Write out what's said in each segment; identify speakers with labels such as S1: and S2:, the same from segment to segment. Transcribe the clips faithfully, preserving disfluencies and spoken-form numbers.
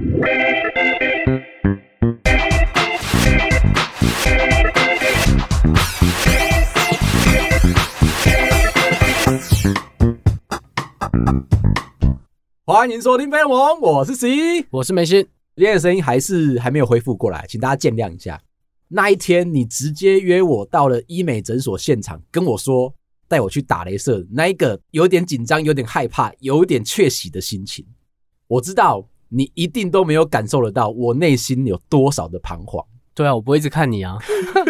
S1: 欢迎收听飞龙王，我是十一，
S2: 我是梅心。
S1: 今天的声音还是还没有恢复过来，请大家见谅一下。那一天你直接约我到了医美诊所现场，跟我说带我去打雷射，那一个有点紧张、有点害怕、有点窃喜的心情，我知道你一定都没有感受得到我内心有多少的彷徨。
S2: 对啊，我不会一直看你啊。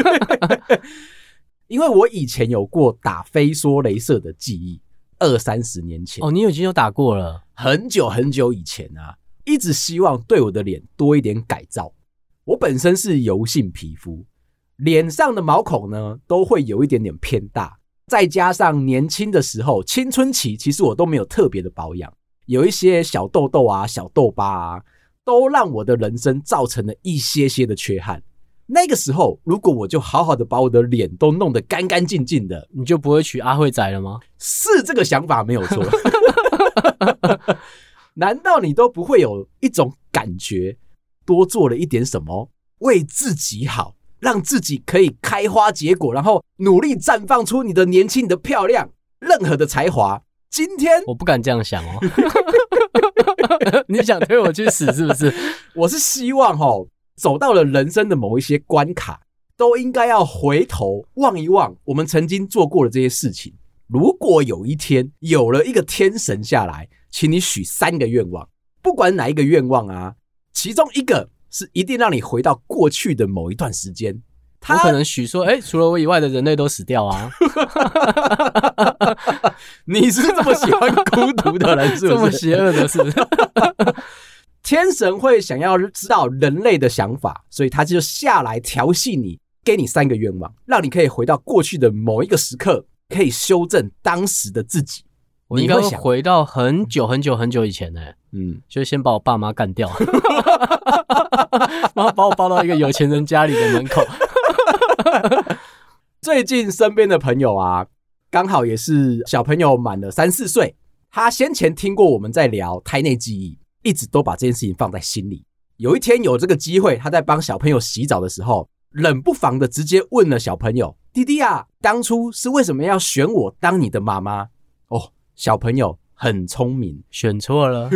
S1: 因为我以前有过打飞梭雷射的记忆，二三十年前。
S2: 哦，你已经有打过了，
S1: 很久很久以前啊，一直希望对我的脸多一点改造。我本身是油性皮肤，脸上的毛孔呢都会有一点点偏大，再加上年轻的时候青春期，其实我都没有特别的保养，有一些小痘痘啊、小痘疤啊，都让我的人生造成了一些些的缺憾。那个时候如果我就好好的把我的脸都弄得干干净净的，
S2: 你就不会娶阿慧仔了吗？
S1: 是这个想法没有错。难道你都不会有一种感觉，多做了一点什么，为自己好，让自己可以开花结果，然后努力绽放出你的年轻、你的漂亮，任何的才华。今天
S2: 我不敢这样想哦。你想推我去死是不是？
S1: 我是希望齁，走到了人生的某一些关卡，都应该要回头望一望我们曾经做过的这些事情。如果有一天有了一个天神下来，请你许三个愿望，不管哪一个愿望啊，其中一个是一定让你回到过去的某一段时间。
S2: 我可能许说，哎，除了我以外的人类都死掉啊。
S1: 你是这么喜欢孤独的人，是不是？
S2: 这么邪恶的是不是？
S1: 天神会想要知道人类的想法，所以他就下来调戏你，给你三个愿望，让你可以回到过去的某一个时刻，可以修正当时的自己。
S2: 我应该会回到很久很久很久以前呢、欸，嗯，就先把我爸妈干掉，然后把我抱到一个有钱人家里的门口。
S1: 最近身边的朋友啊，刚好也是小朋友满了三四岁，他先前听过我们在聊胎内记忆，一直都把这件事情放在心里。有一天有这个机会，他在帮小朋友洗澡的时候，冷不防的直接问了小朋友：弟弟啊，当初是为什么要选我当你的妈妈？哦，小朋友很聪明，
S2: 选错了。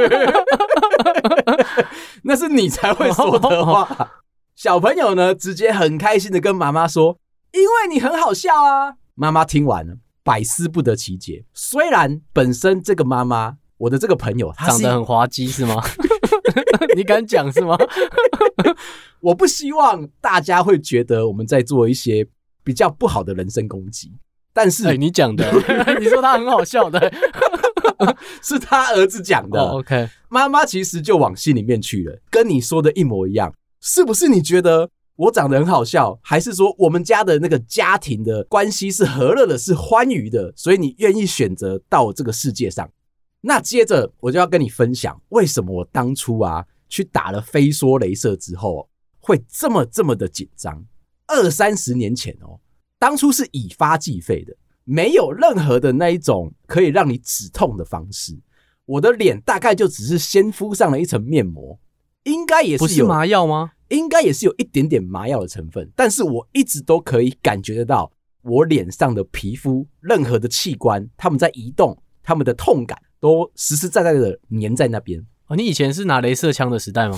S1: 那是你才会说的话。小朋友呢，直接很开心的跟妈妈说：因为你很好笑啊。妈妈听完了，百思不得其解。虽然本身这个妈妈，我的这个朋友，她
S2: 长得很滑稽是吗？你敢讲是吗？
S1: 我不希望大家会觉得我们在做一些比较不好的人身攻击，但是、
S2: 欸、你讲的，你说他很好笑的，
S1: 是他儿子讲的。
S2: 哦、OK，
S1: 妈妈其实就往心里面去了，跟你说的一模一样。是不是你觉得我长得很好笑，还是说我们家的那个家庭的关系是和乐的，是欢愉的，所以你愿意选择到这个世界上？那接着我就要跟你分享，为什么我当初啊去打了飞梭雷射之后会这么这么的紧张。二三十年前哦，当初是以发计费的，没有任何的那一种可以让你止痛的方式。我的脸大概就只是先敷上了一层面膜，应该也是有，
S2: 不是麻药吗？
S1: 应该也是有一点点麻药的成分，但是我一直都可以感觉得到我脸上的皮肤任何的器官，他们在移动，他们的痛感都实实在在的粘在那边。
S2: 哦，你以前是拿雷射枪的时代吗？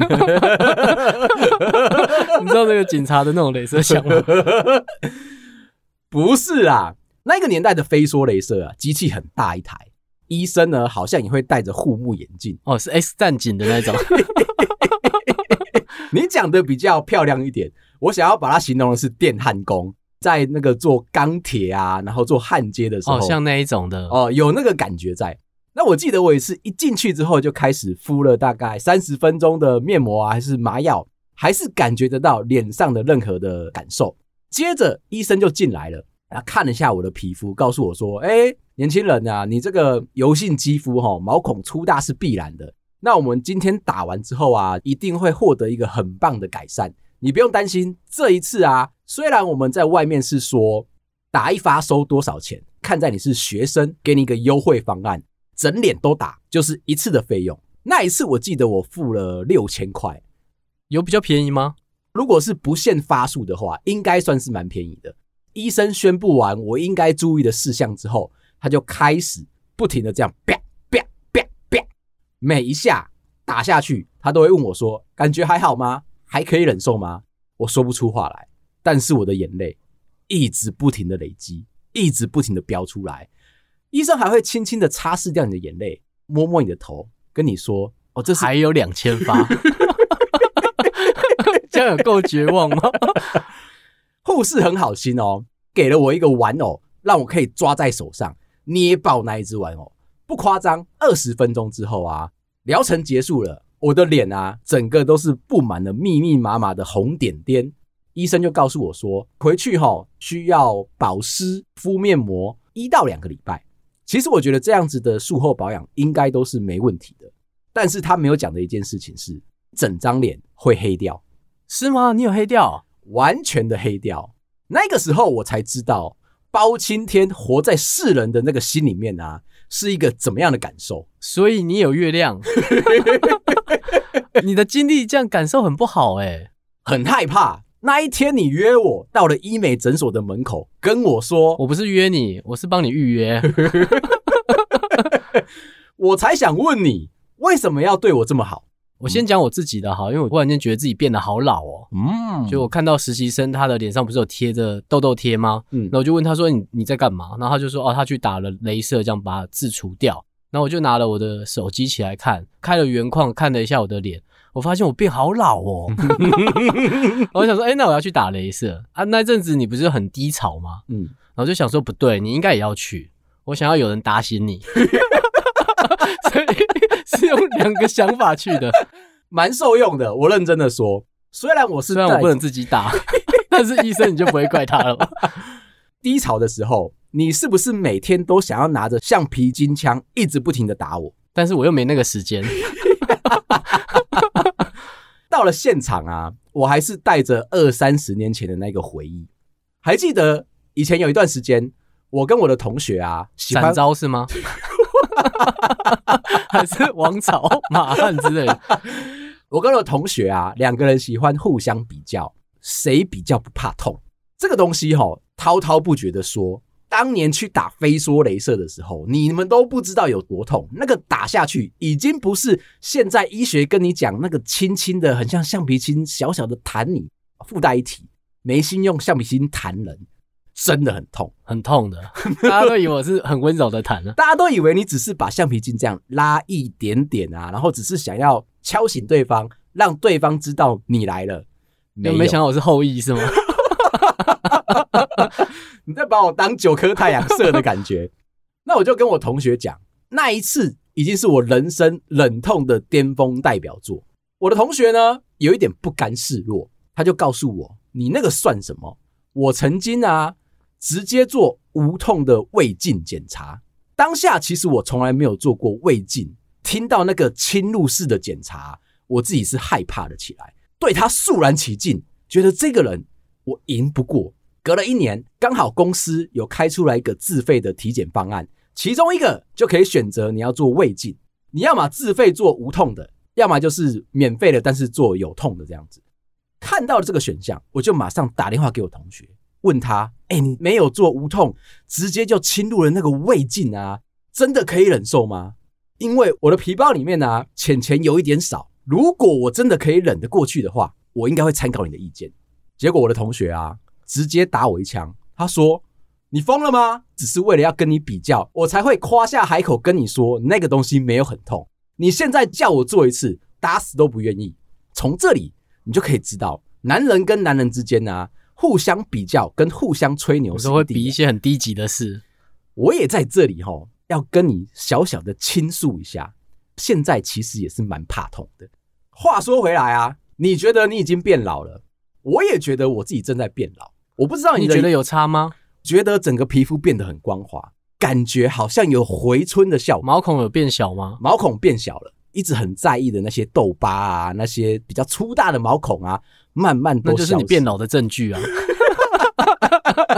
S2: 你知道那个警察的那种雷射枪吗？
S1: 不是啦，那个年代的飞梭雷射啊，机器很大一台，医生呢好像也会戴着护目眼镜。
S2: 哦，是 X 战警的那种。
S1: 你讲的比较漂亮一点，我想要把它形容的是电焊工，在那个做钢铁啊，然后做焊接的时候，
S2: 哦，像那一种的，
S1: 哦，有那个感觉在。那我记得我也是一进去之后就开始敷了大概三十分钟的面膜啊，还是麻药，还是感觉得到脸上的任何的感受。接着医生就进来了，他看了一下我的皮肤，告诉我说：哎，年轻人啊，你这个油性肌肤齁，毛孔粗大是必然的。那我们今天打完之后啊，一定会获得一个很棒的改善。你不用担心，这一次啊，虽然我们在外面是说打一发收多少钱，看在你是学生，给你一个优惠方案，整脸都打就是一次的费用。 那一次我记得我付了六千块，
S2: 有比较便宜吗？
S1: 如果是不限发数的话，应该算是蛮便宜的。医生宣布完我应该注意的事项之后，他就开始不停的这样啪啪啪啪，每一下打下去，他都会问我说：“感觉还好吗？还可以忍受吗？”我说不出话来，但是我的眼泪一直不停的累积，一直不停的飙出来。医生还会轻轻的擦拭掉你的眼泪，摸摸你的头，跟你说：“哦，这是
S2: 还有两千发。”这样有够绝望吗？
S1: 护士很好心哦，给了我一个玩偶，让我可以抓在手上，捏爆那一只玩偶。不夸张，二十分钟之后啊，疗程结束了，我的脸啊，整个都是布满了密密麻麻的红点点。医生就告诉我说，回去齁需要保湿、敷面膜一到两个礼拜。其实我觉得这样子的术后保养应该都是没问题的，但是他没有讲的一件事情是，整张脸会黑掉。
S2: 是吗？你有黑掉？
S1: 完全的黑掉。那个时候我才知道，包青天活在世人的那个心里面啊，是一个怎么样的感受。
S2: 所以你有月亮，你的经历这样感受很不好哎、欸，
S1: 很害怕。那一天你约我到了医美诊所的门口，跟我说，
S2: 我不是约你，我是帮你预约。
S1: 我才想问你，为什么要对我这么好？
S2: 我先讲我自己的好，因为我忽然间觉得自己变得好老哦。
S1: 嗯，
S2: 就我看到实习生他的脸上不是有贴着痘痘贴吗？嗯，然后我就问他说你你在干嘛？然后他就说哦，他去打了雷射，这样把它自除掉。然后我就拿了我的手机起来看，开了原框看了一下我的脸，我发现我变好老哦。我想说，哎、欸，那我要去打雷射啊？那阵子你不是很低潮吗？嗯，然后就想说不对，你应该也要去。我想要有人打醒你。所以是用两个想法去的，
S1: 蛮受用的。我认真的说，虽然我是
S2: 虽然我不能自己打，但是医生你就不会怪他了吧？
S1: 低潮的时候，你是不是每天都想要拿着橡皮筋枪一直不停的打我？
S2: 但是我又没那个时间。
S1: 到了现场啊，我还是带着二三十年前的那个回忆。还记得以前有一段时间，我跟我的同学啊，喜欢
S2: 闪招是吗？还是王朝、马汉之类的？
S1: 我跟我的同学啊，两个人喜欢互相比较，谁比较不怕痛？这个东西齁，滔滔不绝的说，当年去打飞梭雷射的时候，你们都不知道有多痛。那个打下去，已经不是现在医学跟你讲那个轻轻的，很像橡皮筋小小的弹你，附带一提，没心用橡皮筋弹人。真的很痛，
S2: 很痛的。大家都以为我是很温柔的弹啊，
S1: 大家都以为你只是把橡皮筋这样拉一点点啊，然后只是想要敲醒对方，让对方知道你来了。
S2: 没有，没想到我是后羿是吗？
S1: 你在把我当九颗太阳射的感觉。那我就跟我同学讲，那一次已经是我人生忍痛的巅峰代表作。我的同学呢，有一点不甘示弱，他就告诉我：“你那个算什么？我曾经啊。”直接做无痛的胃镜检查，当下其实我从来没有做过胃镜，听到那个侵入式的检查，我自己是害怕了起来，对他肃然起敬，觉得这个人我赢不过。隔了一年，刚好公司有开出来一个自费的体检方案，其中一个就可以选择你要做胃镜，你要么自费做无痛的，要么就是免费的但是做有痛的这样子。看到了这个选项，我就马上打电话给我同学，问他，哎、欸，你没有做无痛，直接就侵入了那个胃镜啊，真的可以忍受吗？因为我的皮包里面啊，钱钱有一点少，如果我真的可以忍得过去的话，我应该会参考你的意见。结果我的同学啊，直接打我一枪，他说：“你疯了吗？只是为了要跟你比较，我才会夸下海口跟你说那个东西没有很痛。你现在叫我做一次，打死都不愿意。”从这里你就可以知道，男人跟男人之间啊。互相比较跟互相吹牛，有
S2: 时候会比一些很低级的事。
S1: 我也在这里齁，要跟你小小的倾诉一下。现在其实也是蛮怕痛的。话说回来啊，你觉得你已经变老了，我也觉得我自己正在变老。我不知道 你,
S2: 你觉得有差吗？
S1: 觉得整个皮肤变得很光滑，感觉好像有回春的效果。
S2: 毛孔有变小吗？
S1: 毛孔变小了，一直很在意的那些痘疤啊，那些比较粗大的毛孔啊。慢慢都消失，
S2: 那就是你变老的证据啊。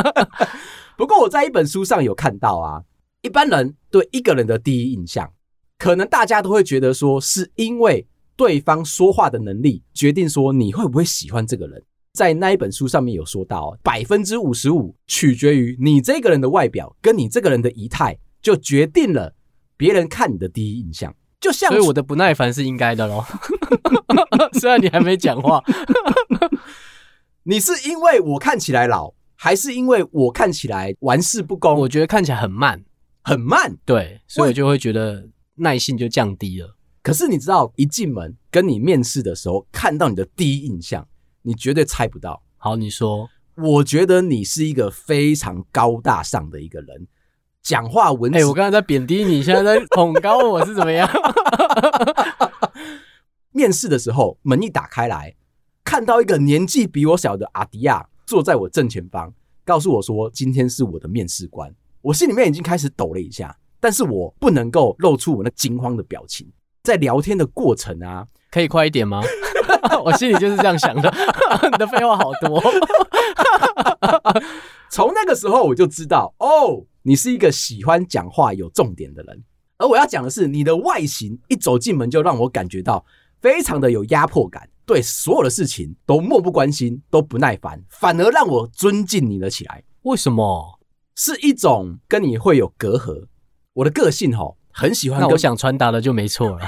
S1: 不过我在一本书上有看到啊，一般人对一个人的第一印象可能大家都会觉得说，是因为对方说话的能力决定说你会不会喜欢这个人。在那一本书上面有说到，百分之五十五取决于你这个人的外表跟你这个人的仪态，就决定了别人看你的第一印象。就像
S2: 所以我的不耐烦是应该的咯虽然你还没讲话
S1: 你是因为我看起来老，还是因为我看起来玩世不恭？
S2: 我觉得看起来很慢，
S1: 很慢，
S2: 对，所以我就会觉得耐性就降低了。
S1: 可是你知道，一进门跟你面试的时候，看到你的第一印象，你绝对猜不到。
S2: 好，你说。
S1: 我觉得你是一个非常高大上的一个人，讲话文字。
S2: 哎、欸，我刚才在贬低你，现在在捧高我是怎么样？
S1: 面试的时候，门一打开来，看到一个年纪比我小的阿迪亚坐在我正前方，告诉我说今天是我的面试官。我心里面已经开始抖了一下，但是我不能够露出我那惊慌的表情。在聊天的过程啊，
S2: 可以快一点吗？我心里就是这样想的你的废话好多
S1: 从那个时候我就知道，哦，你是一个喜欢讲话有重点的人。而我要讲的是，你的外形一走进门就让我感觉到非常的有压迫感，对所有的事情都漠不关心，都不耐烦，反而让我尊敬你了起来。
S2: 为什么？
S1: 是一种跟你会有隔阂。我的个性齁，很喜欢跟，
S2: 那我想传达的就没错了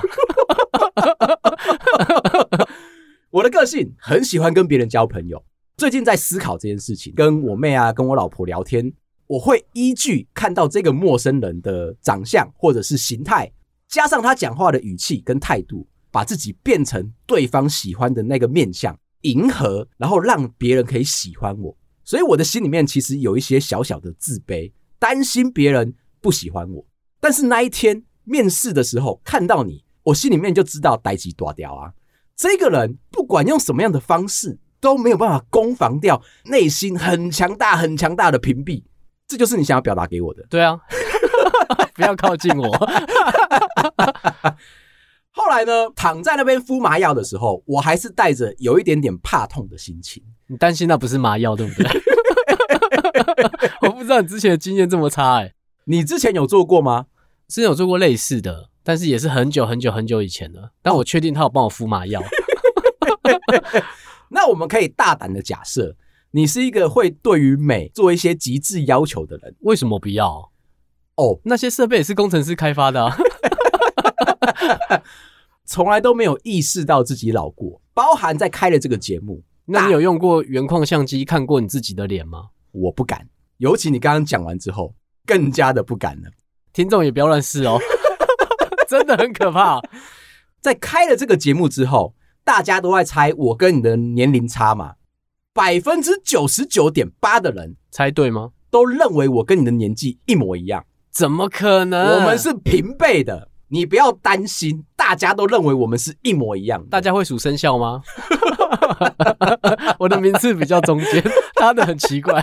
S1: 我的个性很喜欢跟别人交朋友。最近在思考这件事情，跟我妹啊，跟我老婆聊天，我会依据看到这个陌生人的长相或者是形态，加上他讲话的语气跟态度，把自己变成对方喜欢的那个面相，迎合，然后让别人可以喜欢我。所以我的心里面其实有一些小小的自卑，担心别人不喜欢我。但是那一天面试的时候看到你，我心里面就知道代志大条啊，这个人不管用什么样的方式都没有办法攻防掉内心很强大很强大的屏蔽。这就是你想要表达给我的。
S2: 对啊不要靠近我
S1: 后来呢，躺在那边敷麻药的时候，我还是带着有一点点怕痛的心情。
S2: 你担心那不是麻药对不对我不知道你之前的经验这么差。欸，
S1: 你之前有做过吗？
S2: 之前有做过类似的，但是也是很久很久很久以前了，但我确定他有帮我敷麻药
S1: 那我们可以大胆的假设，你是一个会对于美做一些极致要求的人。
S2: 为什么不要？
S1: 哦，
S2: 那些设备也是工程师开发的啊
S1: 从来都没有意识到自己老过，包含在开了这个节目。
S2: 那你有用过原矿相机看过你自己的脸吗？
S1: 我不敢，尤其你刚刚讲完之后更加的不敢了。
S2: 听众也不要乱试哦真的很可怕。
S1: 在开了这个节目之后，大家都在猜我跟你的年龄差嘛， 百分之九十九点八 的人
S2: 猜对吗？
S1: 都认为我跟你的年纪一模一样。
S2: 怎么可能？
S1: 我们是平辈的，你不要担心，大家都认为我们是一模一样的。
S2: 大家会数生肖吗我的名次比较中间他的很奇怪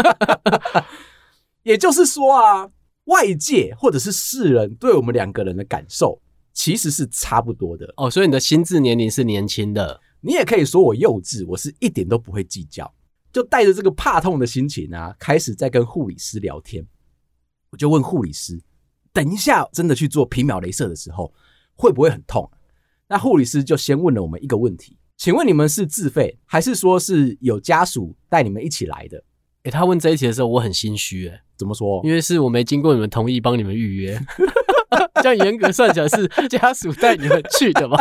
S1: 也就是说啊，外界或者是世人对我们两个人的感受其实是差不多的。
S2: 哦，所以你的心智年龄是年轻的。
S1: 你也可以说我幼稚，我是一点都不会计较。就带着这个怕痛的心情啊，开始在跟护理师聊天。我就问护理师，等一下真的去做皮秒雷射的时候会不会很痛？那护理师就先问了我们一个问题，请问你们是自费还是说是有家属带你们一起来的？
S2: 欸，他问这一题的时候我很心虚。欸，怎
S1: 么说？
S2: 因为是我没经过你们同意帮你们预约这样严格算起来是家属带你们去的吗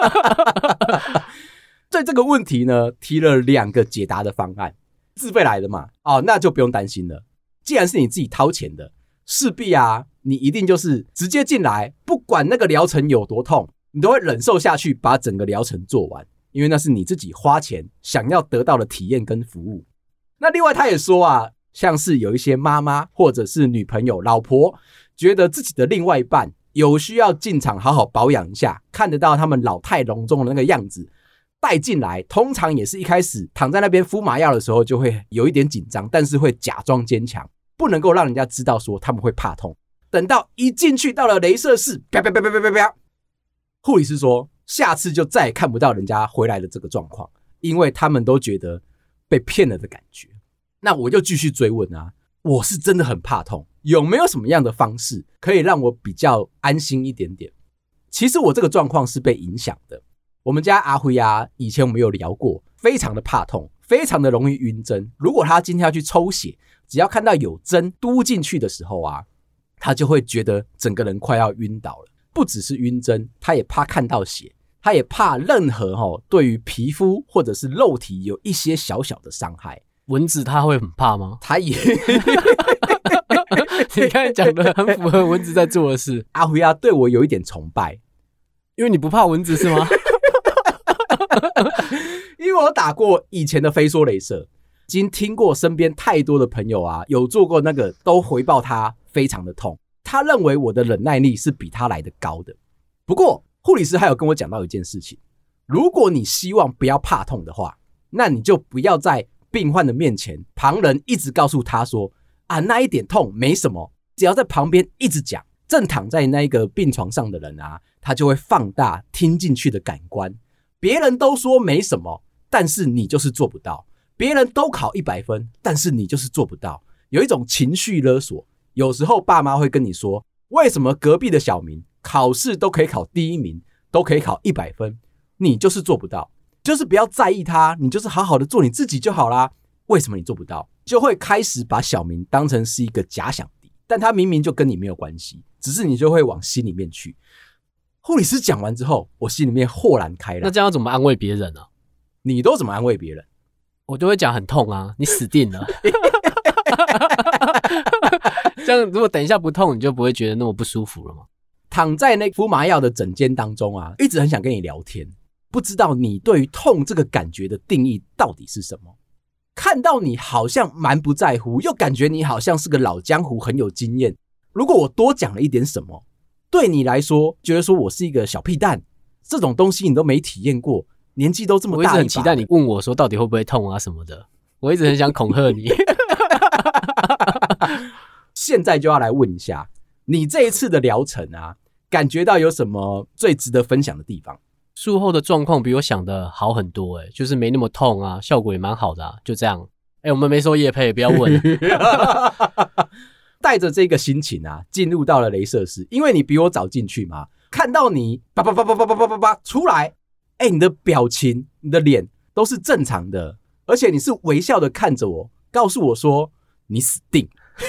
S1: 对这个问题呢，提了两个解答的方案。自费来的嘛，哦，那就不用担心了。既然是你自己掏钱的，势必啊，你一定就是直接进来，不管那个疗程有多痛，你都会忍受下去，把整个疗程做完，因为那是你自己花钱想要得到的体验跟服务。那另外他也说啊，像是有一些妈妈或者是女朋友、老婆，觉得自己的另外一半有需要进场好好保养一下，看得到他们老态龙钟的那个样子，带进来，通常也是一开始躺在那边敷麻药的时候就会有一点紧张，但是会假装坚强，不能够让人家知道说他们会怕痛。等到一进去到了雷射室，啪啪啪啪啪啪啪，护理师说下次就再也看不到人家回来的这个状况，因为他们都觉得被骗了的感觉。那我就继续追问啊，我是真的很怕痛，有没有什么样的方式可以让我比较安心一点点？ 其实我这个状况是被影响的。我们家阿辉啊，以前我们有聊过，非常的怕痛，非常的容易晕针。如果他今天要去抽血，只要看到有针嘟进去的时候啊，他就会觉得整个人快要晕倒了。不只是晕针，他也怕看到血，他也怕任何、哦、对于皮肤或者是肉体有一些小小的伤害。
S2: 蚊子他会很怕吗？
S1: 他也
S2: 你刚才讲的很符合蚊子在做的事。
S1: 阿辉啊，对我有一点崇拜，
S2: 因为你不怕蚊子是吗？
S1: 因为我打过以前的飞梭雷射，已经听过身边太多的朋友啊，有做过那个都回报他非常的痛。他认为我的忍耐力是比他来的高的。不过护理师还有跟我讲到一件事情，如果你希望不要怕痛的话，那你就不要在病患的面前旁人一直告诉他说啊，那一点痛没什么，只要在旁边一直讲，正躺在那个病床上的人啊，他就会放大听进去的感官。别人都说没什么，但是你就是做不到。别人都考一百分，但是你就是做不到。有一种情绪勒索，有时候爸妈会跟你说，为什么隔壁的小明考试都可以考第一名，都可以考一百分，你就是做不到。就是不要在意他，你就是好好的做你自己就好啦。为什么你做不到？就会开始把小明当成是一个假想敌，但他明明就跟你没有关系，只是你就会往心里面去。护理师讲完之后，我心里面豁然开朗。
S2: 那这样要怎么安慰别人啊？
S1: 你都怎么安慰别人？
S2: 我就会讲很痛啊，你死定了。这样如果等一下不痛，你就不会觉得那么不舒服了吗？
S1: 躺在那敷麻药的诊间当中啊，一直很想跟你聊天，不知道你对于痛这个感觉的定义到底是什么。看到你好像蛮不在乎，又感觉你好像是个老江湖，很有经验。如果我多讲了一点什么，对你来说觉得说我是一个小屁蛋，这种东西你都没体验过，年纪都这么大一把，
S2: 我一直很期待你问我说到底会不会痛啊什么的，我一直很想恐吓你。
S1: 现在就要来问一下，你这一次的疗程啊，感觉到有什么最值得分享的地方？
S2: 术后的状况比我想的好很多、欸、就是没那么痛啊，效果也蛮好的啊，就这样。哎、欸，我们没收业配，不要问。
S1: 带着这个心情啊，进入到了雷射室，因为你比我早进去嘛，看到你叭叭叭叭叭叭叭叭出来，哎、欸，你的表情、你的脸都是正常的，而且你是微笑的看着我，告诉我说你死定。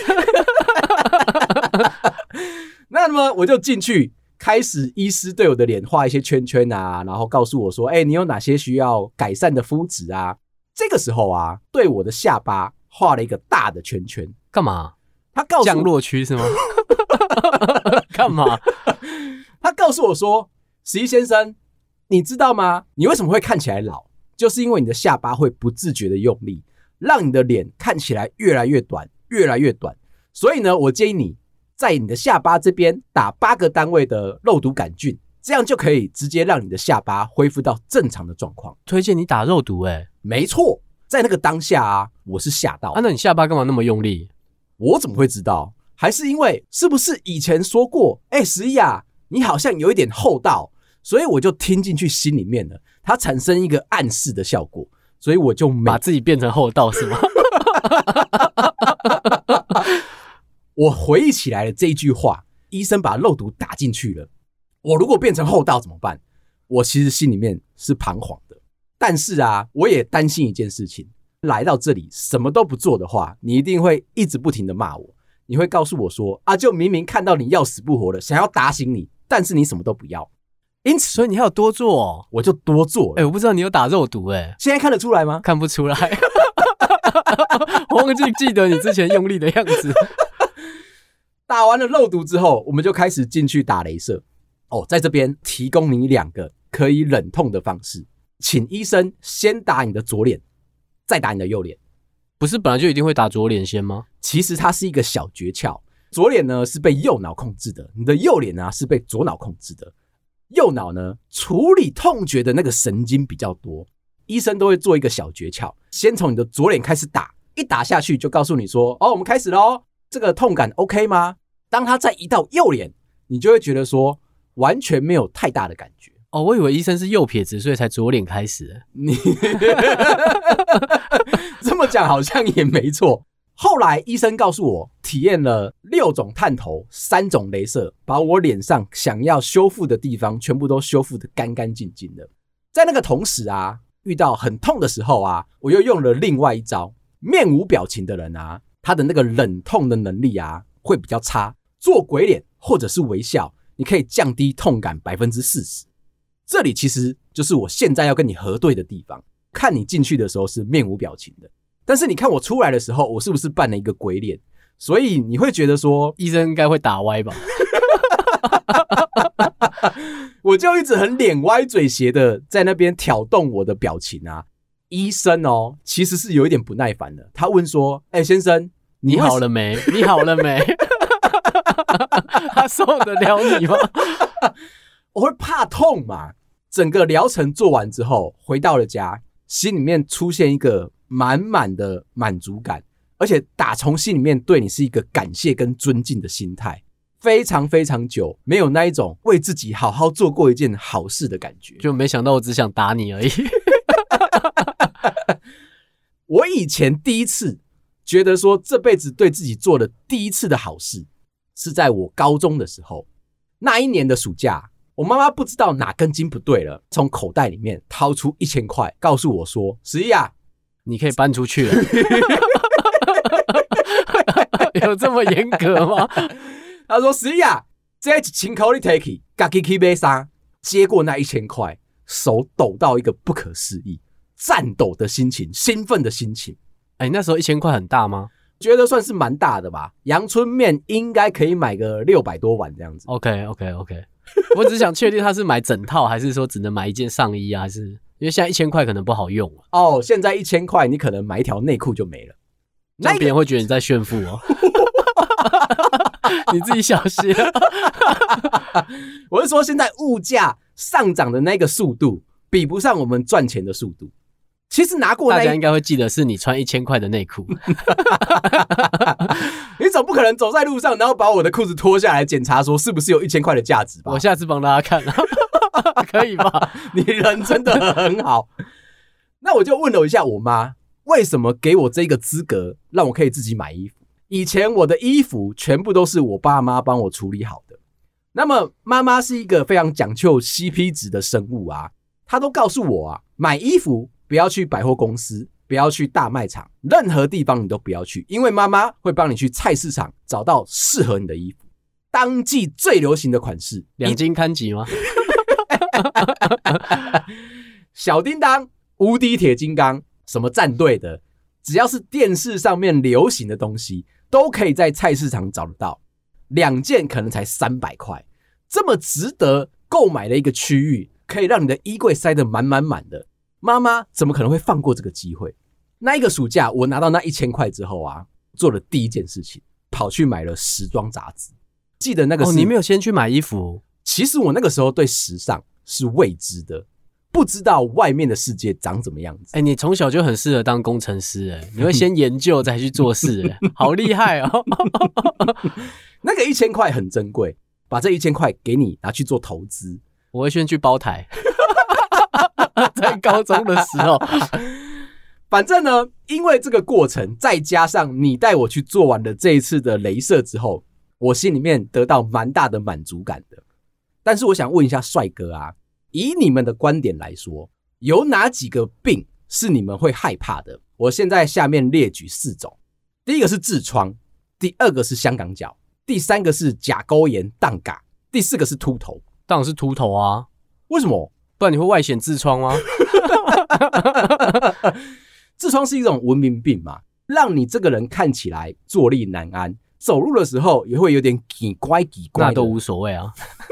S1: 那么我就进去，开始医师对我的脸画一些圈圈啊，然后告诉我说，哎、欸，你有哪些需要改善的肤质啊？这个时候啊，对我的下巴画了一个大的圈圈，
S2: 干嘛？
S1: 他告诉我
S2: 降落区是吗？干嘛？
S1: 他告诉我说，十一先生，你知道吗？你为什么会看起来老？就是因为你的下巴会不自觉的用力，让你的脸看起来越来越短，越来越短。所以呢，我建议你在你的下巴这边打八个单位的肉毒杆菌，这样就可以直接让你的下巴恢复到正常的状况。
S2: 推荐你打肉毒欸。
S1: 没错，在那个当下啊，我是吓到。
S2: 啊，那你下巴干嘛那么用力？
S1: 我怎么会知道？还是因为是不是以前说过，哎、欸，十一啊，你好像有一点厚道，所以我就听进去心里面了，它产生一个暗示的效果，所以我就没
S2: 把自己变成厚道是吗？
S1: 我回忆起来了这一句话，医生把肉毒打进去了，我如果变成厚道怎么办？我其实心里面是彷徨的，但是啊，我也担心一件事情，来到这里什么都不做的话，你一定会一直不停的骂我，你会告诉我说啊，就明明看到你要死不活的，想要打醒你，但是你什么都不要，因此
S2: 所以你还有多做哦，
S1: 我就多做了。
S2: 哎、欸，我不知道你有打肉毒哎、欸，
S1: 现在看得出来吗？
S2: 看不出来，我忘记记得你之前用力的样子。
S1: 打完了肉毒之后，我们就开始进去打雷射。哦，在这边提供你两个可以忍痛的方式，请医生先打你的左脸，再打你的右脸。
S2: 不是本来就一定会打左脸先吗？
S1: 其实它是一个小诀窍，左脸呢是被右脑控制的，你的右脸呢是被左脑控制的。右脑呢处理痛觉的那个神经比较多，医生都会做一个小诀窍，先从你的左脸开始打，一打下去就告诉你说，哦，我们开始咯，这个痛感 OK 吗？当他再移到右脸，你就会觉得说完全没有太大的感觉。
S2: 哦，我以为医生是右撇子，所以才左脸开始。
S1: 你这么讲好像也没错。 后来医生告诉我，体验了六种探头，三种雷射，把我脸上想要修复的地方全部都修复得干干净净的。在那个同时啊，遇到很痛的时候啊，我又用了另外一招。面无表情的人啊，他的那个忍痛的能力啊会比较差，做鬼脸或者是微笑，你可以降低痛感 百分之四十。 这里其实就是我现在要跟你核对的地方。看你进去的时候是面无表情的，但是你看我出来的时候，我是不是扮了一个鬼脸？所以你会觉得说，
S2: 医生应该会打歪吧？
S1: 我就一直很脸歪嘴斜的在那边挑动我的表情啊。医生哦，其实是有一点不耐烦的，他问说：“哎、欸，先生，
S2: 你好了没？你好了没？”他受得了你吗？
S1: 我会怕痛嘛。整个疗程做完之后，回到了家，心里面出现一个满满的满足感，而且打从心里面对你是一个感谢跟尊敬的心态。非常非常久没有那一种为自己好好做过一件好事的感觉，
S2: 就没想到我只想打你而已。
S1: 我以前第一次觉得说这辈子对自己做的第一次的好事，是在我高中的时候。那一年的暑假，我妈妈不知道哪根筋不对了，从口袋里面掏出一千块，告诉我说：“十一啊，
S2: 你可以搬出去了。”有这么严格吗？
S1: 他说：“十一啊，这一千块你 take， 自己去买啥？”接过那一千块，手抖到一个不可思议，颤抖的心情，兴奋的心情。
S2: 哎、欸，那时候一千块很大吗？
S1: 觉得算是蛮大的吧。阳春面应该可以买个六百多碗这样子。
S2: OK OK OK， 我只想确定他是买整套，还是说只能买一件上衣啊？还是因为现在一千块可能不好用了
S1: 哦？现在一千块你可能买一条内裤就没了，
S2: 那别人会觉得你在炫富哦。你自己小心。
S1: 我是说，现在物价上涨的那个速度比不上我们赚钱的速度。其实拿过那，
S2: 大家应该会记得是你穿一千块的内裤。
S1: 你总不可能走在路上，然后把我的裤子脱下来检查，说是不是有一千块的价值吧？
S2: 我下次帮大家看，可以吧？
S1: 你人真的很好。那我就问了一下我妈，为什么给我这个资格，让我可以自己买衣服？以前我的衣服全部都是我爸妈帮我处理好的。那么妈妈是一个非常讲究 C P 值的生物啊，她都告诉我啊，买衣服不要去百货公司，不要去大卖场，任何地方你都不要去，因为妈妈会帮你去菜市场找到适合你的衣服。当季最流行的款式，
S2: 两金刊集吗？
S1: 小叮当、无敌铁金刚，什么战队的，只要是电视上面流行的东西，都可以在菜市场找得到。两件可能才三百块，这么值得购买的一个区域，可以让你的衣柜塞得满满满的。妈妈怎么可能会放过这个机会？那一个暑假，我拿到那一千块之后啊，做了第一件事情，跑去买了时装杂志。记得那个是、
S2: 哦、你没有先去买衣服？
S1: 其实我那个时候对时尚是未知的，不知道外面的世界长怎么样子。
S2: 哎、欸，你从小就很适合当工程师哎、欸，你会先研究再去做事哎、欸，好厉害哦！
S1: 那个一千块很珍贵，把这一千块给你拿去做投资。
S2: 我会先去包台。在高中的时候，
S1: 反正呢，因为这个过程，再加上你带我去做完了这一次的雷射之后，我心里面得到蛮大的满足感的。但是我想问一下帅哥啊，以你们的观点来说，有哪几个病是你们会害怕的？我现在下面列举四种。第一个是痔疮，第二个是香港脚，第三个是甲沟炎荡嘎，第四个是秃头。
S2: 当然是秃头啊，
S1: 为什么？
S2: 不然你会外显痔疮吗？
S1: 痔疮是一种文明病嘛，让你这个人看起来坐立难安，走路的时候也会有点奇怪奇怪的。
S2: 那都无所谓啊。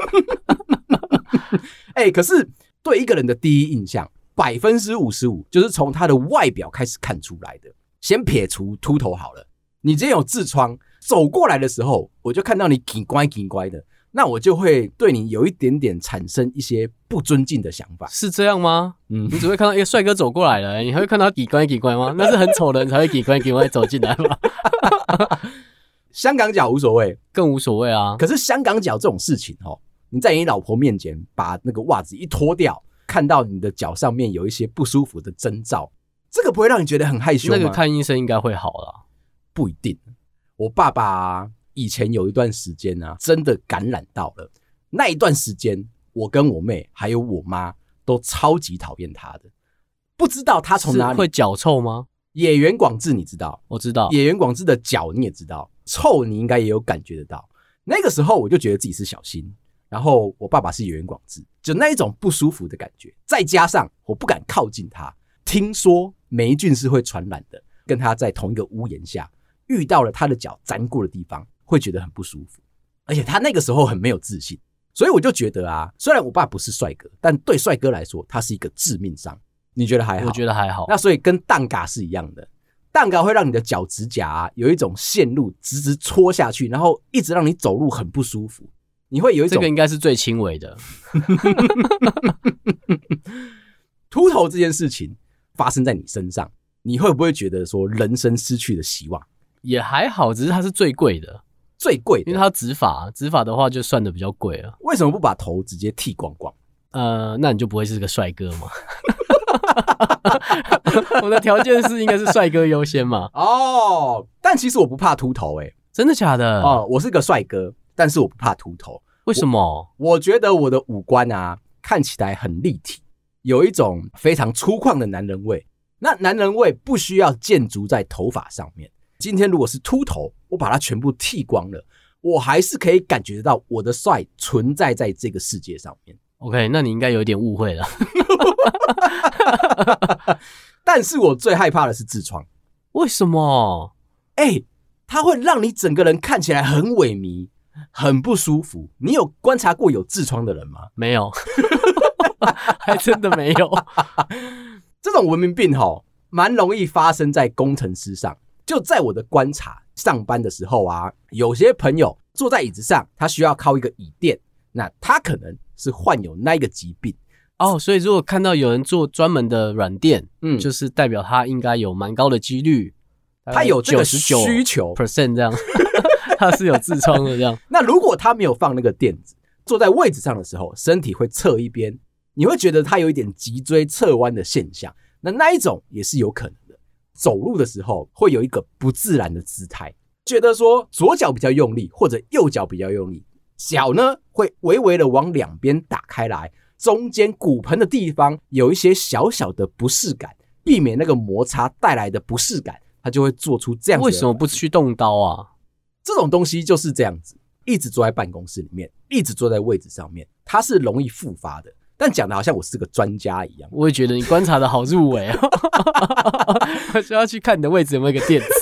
S1: 哎、欸，可是对一个人的第一印象，百分之五十五就是从他的外表开始看出来的。先撇除秃头好了，你今天有痔疮，走过来的时候，我就看到你奇怪奇怪的。那我就会对你有一点点产生一些不尊敬的想法。
S2: 是这样吗？
S1: 嗯，
S2: 你只会看到一个帅哥走过来了，你还会看到他奇怪奇怪吗？那是很丑的人才会奇怪奇怪走进来吗？
S1: 香港脚无所谓，
S2: 更无所谓啊。
S1: 可是香港脚这种事情哦，你在你老婆面前把那个袜子一脱掉，看到你的脚上面有一些不舒服的征兆，这个不会让你觉得很害羞吗？
S2: 那个看医生应该会好啦。
S1: 不一定。我爸爸啊，以前有一段时间啊，真的感染到了。那一段时间，我跟我妹还有我妈都超级讨厌他的。不知道他从哪里
S2: 会脚臭吗？
S1: 野原广志你知道？
S2: 我知道。
S1: 野原广志的脚你也知道，臭你应该也有感觉得到。那个时候我就觉得自己是小新，然后我爸爸是野原广志，就那一种不舒服的感觉，再加上我不敢靠近他，听说霉菌是会传染的，跟他在同一个屋檐下，遇到了他的脚沾过的地方，会觉得很不舒服。而且他那个时候很没有自信，所以我就觉得啊，虽然我爸不是帅哥，但对帅哥来说，他是一个致命伤。你觉得还好？
S2: 我觉得还好。
S1: 那所以跟蛋嘎是一样的，蛋嘎会让你的脚趾甲啊有一种线路直直戳下去，然后一直让你走路很不舒服。你会有一种
S2: 这个应该是最轻微的。
S1: 秃头这件事情发生在你身上，你会不会觉得说人生失去了希望？
S2: 也还好，只是它是最贵的，
S1: 最贵的，
S2: 因为它植发，植发的话就算的比较贵了。
S1: 为什么不把头直接剃光光？
S2: 呃，那你就不会是个帅哥嘛？我的条件是应该是帅哥优先嘛？
S1: 哦，但其实我不怕秃头诶、欸，
S2: 真的假的？
S1: 哦，我是个帅哥，但是我不怕秃头。
S2: 为什么？
S1: 我, 我觉得我的五官啊看起来很立体，有一种非常粗犷的男人味。那男人味不需要建筑在头发上面。今天如果是秃头，我把它全部剃光了，我还是可以感觉到我的帅存在在这个世界上面。
S2: OK， 那你应该有点误会了。
S1: 但是我最害怕的是痔疮。
S2: 为什么？
S1: 欸，它会让你整个人看起来很萎靡，很不舒服。你有观察过有痔疮的人吗？
S2: 没有。还真的没有。
S1: 这种文明病齁，蛮容易发生在工程师上。就在我的观察，上班的时候啊，有些朋友坐在椅子上，他需要靠一个椅垫，那他可能是患有那一个疾病
S2: 哦，所以如果看到有人做专门的软垫，嗯，就是代表他应该有蛮高的几率，
S1: 他有这个需求
S2: percent 这样，他是有痔疮的这样。
S1: 那如果他没有放那个垫子，坐在位置上的时候，身体会侧一边，你会觉得他有一点脊椎侧弯的现象，那那一种也是有可能的。走路的时候会有一个不自然的姿态，觉得说左脚比较用力或者右脚比较用力，脚呢会微微的往两边打开来，中间骨盆的地方有一些小小的不适感，避免那个摩擦带来的不适感，他就会做出这样子的。
S2: 为什么不去动刀啊？
S1: 这种东西就是这样子，一直坐在办公室里面，一直坐在位置上面，它是容易复发的。但讲的好像我是个专家一样。
S2: 我也觉得你观察的好入微哦。我需要去看你的位置有没有一个垫子。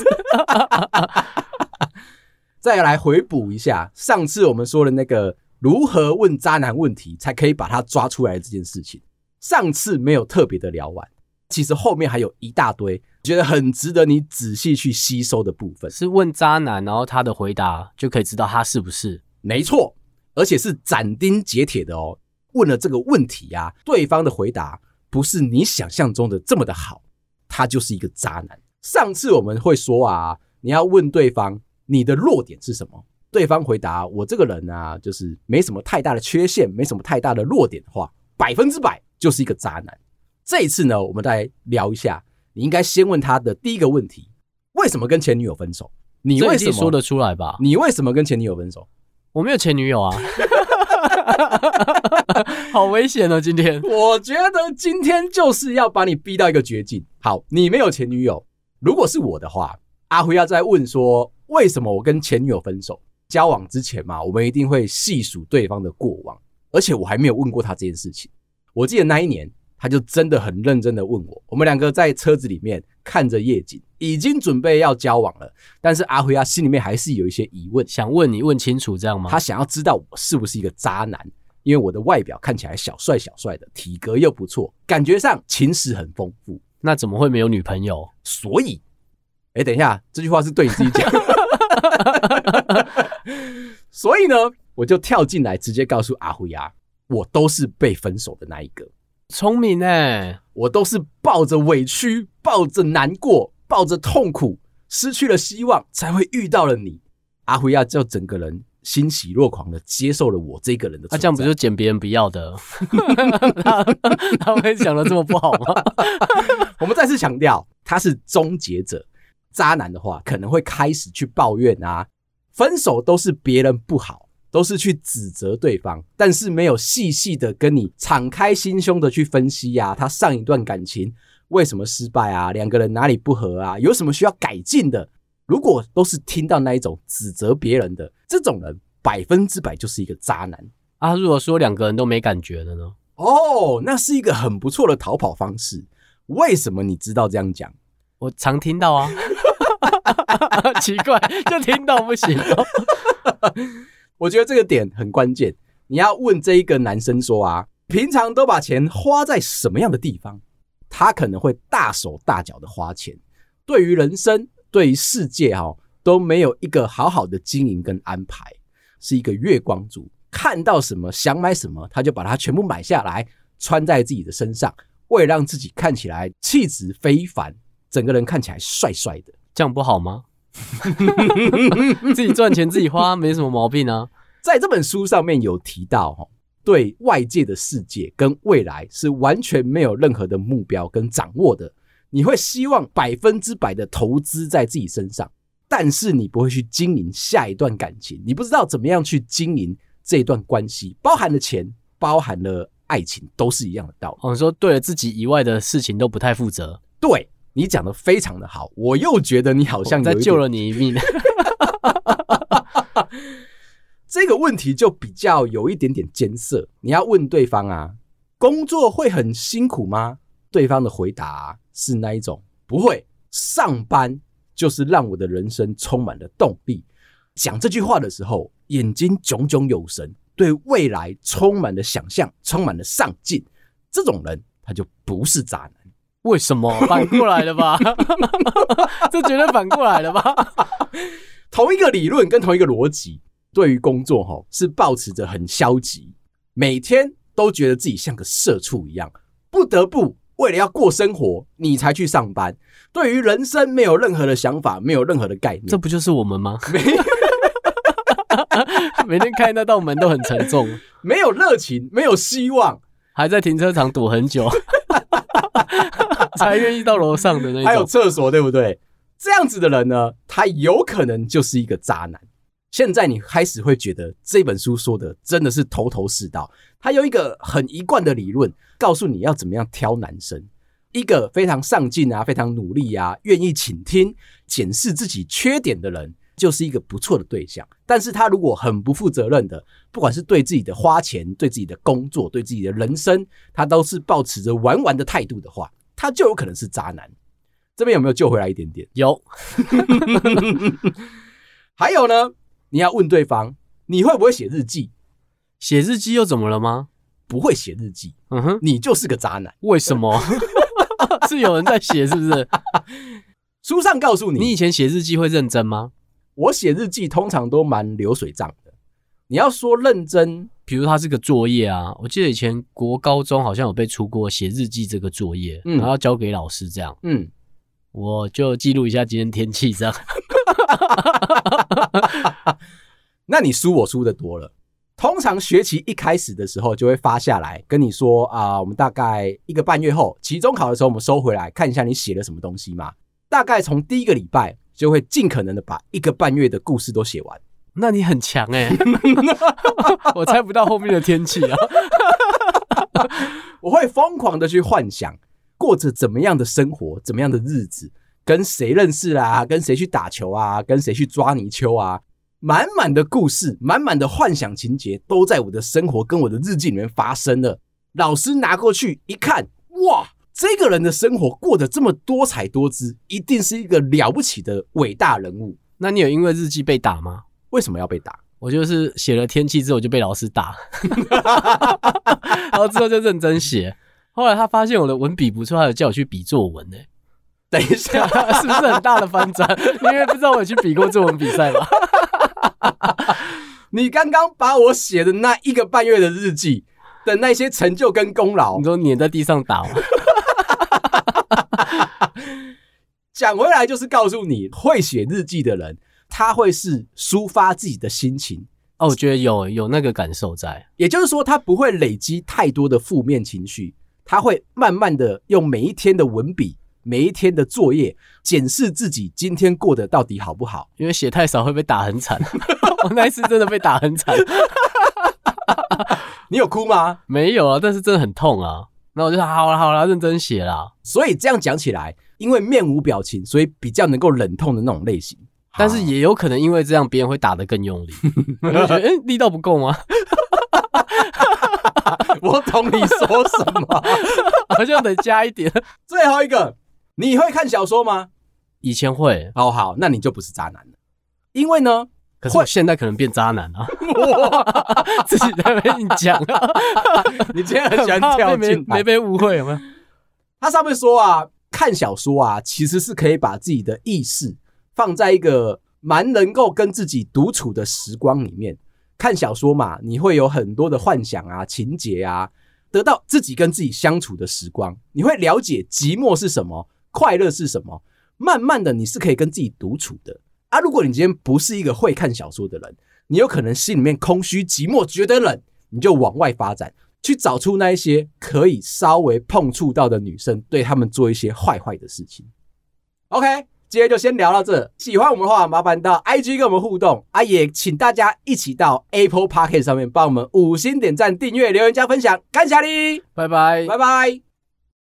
S1: 再来回补一下上次我们说的那个如何问渣男问题才可以把他抓出来的这件事情，上次没有特别的聊完，其实后面还有一大堆觉得很值得你仔细去吸收的部分。
S2: 是问渣男，然后他的回答就可以知道他是不是。
S1: 没错，而且是斩钉截铁的哦。问了这个问题啊，对方的回答不是你想象中的这么的好，他就是一个渣男。上次我们会说啊，你要问对方你的弱点是什么，对方回答我这个人啊，就是没什么太大的缺陷，没什么太大的弱点的话，百分之百就是一个渣男。这一次呢，我们再来聊一下，你应该先问他的第一个问题：为什么跟前女友分手？你为什么
S2: 说得出来吧？
S1: 你为什么跟前女友分手？
S2: 我没有前女友啊。好危险哦！今天
S1: 我觉得今天就是要把你逼到一个绝境。好，你没有前女友，如果是我的话，阿辉要再问说为什么我跟前女友分手。交往之前嘛，我们一定会细数对方的过往，而且我还没有问过他这件事情。我记得那一年他就真的很认真的问我，我们两个在车子里面看着夜景，已经准备要交往了，但是阿辉啊心里面还是有一些疑问，
S2: 想问你问清楚这样吗？
S1: 他想要知道我是不是一个渣男，因为我的外表看起来小帅小帅的，体格又不错，感觉上情史很丰富。
S2: 那怎么会没有女朋友？
S1: 所以哎，等一下，这句话是对你自己讲。所以呢，我就跳进来直接告诉阿辉啊，我都是被分手的那一个。
S2: 聪明耶，
S1: 我都是抱着委屈，抱着难过，抱着痛苦，失去了希望才会遇到了你。阿辉啊就整个人欣喜若狂的接受了我这个人的存在。
S2: 那、啊、这样不就捡别人不要的？他, 他会想的这么不好吗？
S1: 我们再次强调，他是终结者， 渣男的话，可能会开始去抱怨啊，分手都是别人不好，都是去指责对方，但是没有细细的跟你敞开心胸的去分析啊，他上一段感情为什么失败啊，两个人哪里不合啊，有什么需要改进的。如果都是听到那一种指责别人的，这种人百分之百就是一个渣男
S2: 啊。如果说两个人都没感觉的呢？
S1: 哦，那是一个很不错的逃跑方式。为什么你知道这样讲？
S2: 我常听到啊。奇怪，就听到不行哦。
S1: 我觉得这个点很关键，你要问这一个男生说啊，平常都把钱花在什么样的地方？他可能会大手大脚的花钱，对于人生对于世界、哦、都没有一个好好的经营跟安排，是一个月光族，看到什么想买什么他就把它全部买下来穿在自己的身上，为了让自己看起来气质非凡，整个人看起来帅帅的。
S2: 这样不好吗？自己赚钱自己花没什么毛病啊。
S1: 在这本书上面有提到，对外界的世界跟未来是完全没有任何的目标跟掌握的，你会希望百分之百的投资在自己身上，但是你不会去经营下一段感情，你不知道怎么样去经营这一段关系，包含了钱，包含了爱情，都是一样的道理。
S2: 哦，你说对了自己以外的事情都不太负责。
S1: 对，你讲的非常的好，我又觉得你好像有一点
S2: 再救了你一命。
S1: 这个问题就比较有一点点艰涩，你要问对方啊，工作会很辛苦吗？对方的回答、啊、是那一种，不会，上班就是让我的人生充满了动力。讲这句话的时候，眼睛炯炯有神，对未来充满了想象，充满了上进，这种人他就不是渣男。
S2: 为什么？反过来了吧？这绝对反过来了吧？
S1: 同一个理论跟同一个逻辑，对于工作吼是抱持着很消极，每天都觉得自己像个社畜一样，不得不为了要过生活你才去上班，对于人生没有任何的想法，没有任何的概念。
S2: 这不就是我们吗？每天开那道门都很沉重，
S1: 没有热情，没有希望，
S2: 还在停车场堵很久才愿意到楼上的那种，
S1: 还有厕所，对不对？这样子的人呢，他有可能就是一个渣男。现在你开始会觉得这本书说的真的是头头是道，他有一个很一贯的理论告诉你要怎么样挑男生，一个非常上进啊，非常努力啊，愿意倾听检视自己缺点的人就是一个不错的对象。但是他如果很不负责任的，不管是对自己的花钱，对自己的工作，对自己的人生，他都是抱持着玩玩的态度的话，他就有可能是渣男。这边有没有救回来一点点？
S2: 有。
S1: 还有呢，你要问对方，你会不会写日记？
S2: 写日记又怎么了吗？
S1: 不会写日记，
S2: 嗯哼，
S1: 你就是个渣男。
S2: 为什么？是有人在写是不是？
S1: 书上告诉你，
S2: 你以前写日记会认真吗？
S1: 我写日记通常都蛮流水账的。你要说认真，
S2: 比如它是个作业啊，我记得以前国高中好像有被出过写日记这个作业，嗯，然后要交给老师这样，嗯，我就记录一下今天天气这样。
S1: 那你输我输的多了。通常学期一开始的时候就会发下来跟你说啊、呃，我们大概一个半月后期中考的时候我们收回来看一下你写了什么东西嘛。大概从第一个礼拜就会尽可能的把一个半月的故事都写完。
S2: 那你很强欸。我猜不到后面的天气啊。
S1: 我会疯狂的去幻想过着怎么样的生活，怎么样的日子，跟谁认识啦，跟谁去打球啊，跟谁去抓泥鳅啊，满满的故事，满满的幻想情节都在我的生活跟我的日记里面发生了。老师拿过去一看，哇，这个人的生活过得这么多彩多姿，一定是一个了不起的伟大人物。
S2: 那你有因为日记被打吗？
S1: 为什么要被打？
S2: 我就是写了天气之后就被老师打。然后之后就认真写，后来他发现我的文笔不错，他有叫我去比作文欸。
S1: 等一下，
S2: 是不是很大的翻转？因为不知道我有去比过作文比赛吧。
S1: 你刚刚把我写的那一个半月的日记的那些成就跟功劳，
S2: 你说碾在地上打吗？
S1: 讲回来就是告诉你，会写日记的人他会是抒发自己的心情。
S2: 哦，我觉得有有那个感受在，
S1: 也就是说他不会累积太多的负面情绪，他会慢慢的用每一天的文笔每一天的作业，检视自己今天过得到底好不好。
S2: 因为写太少会被打很惨，我那一次真的被打很惨。
S1: 你有哭吗？
S2: 没有啊，但是真的很痛啊。那我就说好啦好啦，认真写啦。
S1: 所以这样讲起来，因为面无表情，所以比较能够忍痛的那种类型。
S2: 但是也有可能因为这样，别人会打得更用力。我就觉得，哎、欸，力道不够吗？
S1: 我懂你说什么，
S2: 好像得加一点。
S1: 最后一个，你会看小说吗？
S2: 以前会。
S1: 好好，那你就不是渣男了。因为呢，
S2: 可是我现在可能变渣男啊！自己在那边讲啊，
S1: 你今天很喜欢跳进来，
S2: 没被误会有没有？
S1: 他上面说啊，看小说啊，其实是可以把自己的意识放在一个蛮能够跟自己独处的时光里面。看小说嘛，你会有很多的幻想啊、情节啊，得到自己跟自己相处的时光，你会了解寂寞是什么，快乐是什么。慢慢的，你是可以跟自己独处的啊。如果你今天不是一个会看小说的人，你有可能心里面空虚、寂寞、觉得冷，你就往外发展，去找出那一些可以稍微碰触到的女生，对他们做一些坏坏的事情。OK。今天就先聊到这，喜欢我们的话，麻烦到 I G 跟我们互动啊，也请大家一起到 Apple Podcast 上面帮我们五星点赞、订阅、留言加分享，感谢你，
S2: 拜拜，
S1: 拜拜。